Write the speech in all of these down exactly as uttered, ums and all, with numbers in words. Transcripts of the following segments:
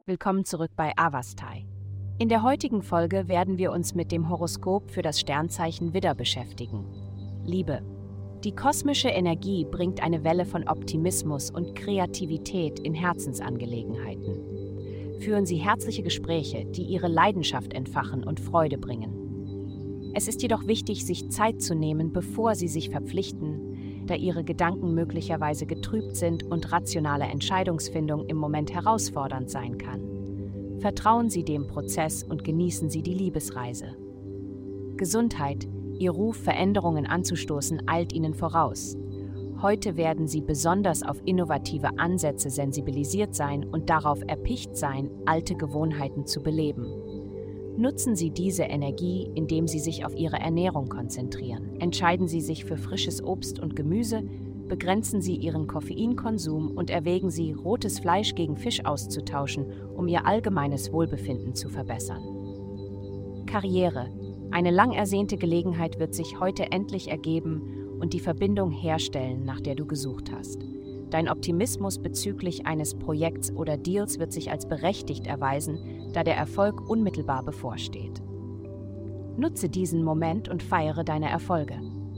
Willkommen zurück bei Avastai. In der heutigen Folge werden wir uns mit dem Horoskop für das Sternzeichen Widder beschäftigen. Liebe. Die kosmische Energie bringt eine Welle von Optimismus und Kreativität in Herzensangelegenheiten. Führen Sie herzliche Gespräche, die Ihre Leidenschaft entfachen und Freude bringen. Es ist jedoch wichtig, sich Zeit zu nehmen, bevor Sie sich verpflichten, da Ihre Gedanken möglicherweise getrübt sind und rationale Entscheidungsfindung im Moment herausfordernd sein kann. Vertrauen Sie dem Prozess und genießen Sie die Liebesreise. Gesundheit. Ihr Ruf, Veränderungen anzustoßen, eilt Ihnen voraus. Heute werden Sie besonders auf innovative Ansätze sensibilisiert sein und darauf erpicht sein, alte Gewohnheiten zu beleben. Nutzen Sie diese Energie, indem Sie sich auf Ihre Ernährung konzentrieren. Entscheiden Sie sich für frisches Obst und Gemüse, begrenzen Sie Ihren Koffeinkonsum und erwägen Sie, rotes Fleisch gegen Fisch auszutauschen, um Ihr allgemeines Wohlbefinden zu verbessern. Karriere. Eine lang ersehnte Gelegenheit wird sich heute endlich ergeben und die Verbindung herstellen, nach der du gesucht hast. Dein Optimismus bezüglich eines Projekts oder Deals wird sich als berechtigt erweisen, da der Erfolg unmittelbar bevorsteht. Nutze diesen Moment und feiere deine Erfolge.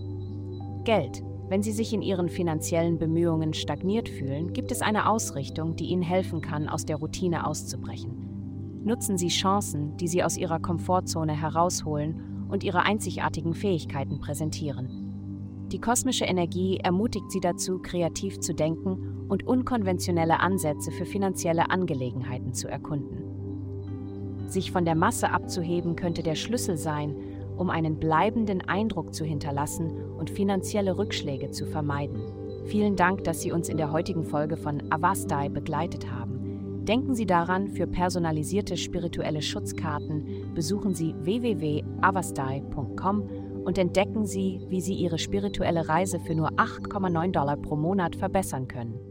Geld. Wenn Sie sich in Ihren finanziellen Bemühungen stagniert fühlen, gibt es eine Ausrichtung, die Ihnen helfen kann, aus der Routine auszubrechen. Nutzen Sie Chancen, die Sie aus Ihrer Komfortzone herausholen und Ihre einzigartigen Fähigkeiten präsentieren. Die kosmische Energie ermutigt Sie dazu, kreativ zu denken und unkonventionelle Ansätze für finanzielle Angelegenheiten zu erkunden. Sich von der Masse abzuheben könnte der Schlüssel sein, um einen bleibenden Eindruck zu hinterlassen und finanzielle Rückschläge zu vermeiden. Vielen Dank, dass Sie uns in der heutigen Folge von Avastai begleitet haben. Denken Sie daran, für personalisierte spirituelle Schutzkarten besuchen Sie w w w punkt avastai punkt com und entdecken Sie, wie Sie Ihre spirituelle Reise für nur acht Komma neun Dollar pro Monat verbessern können.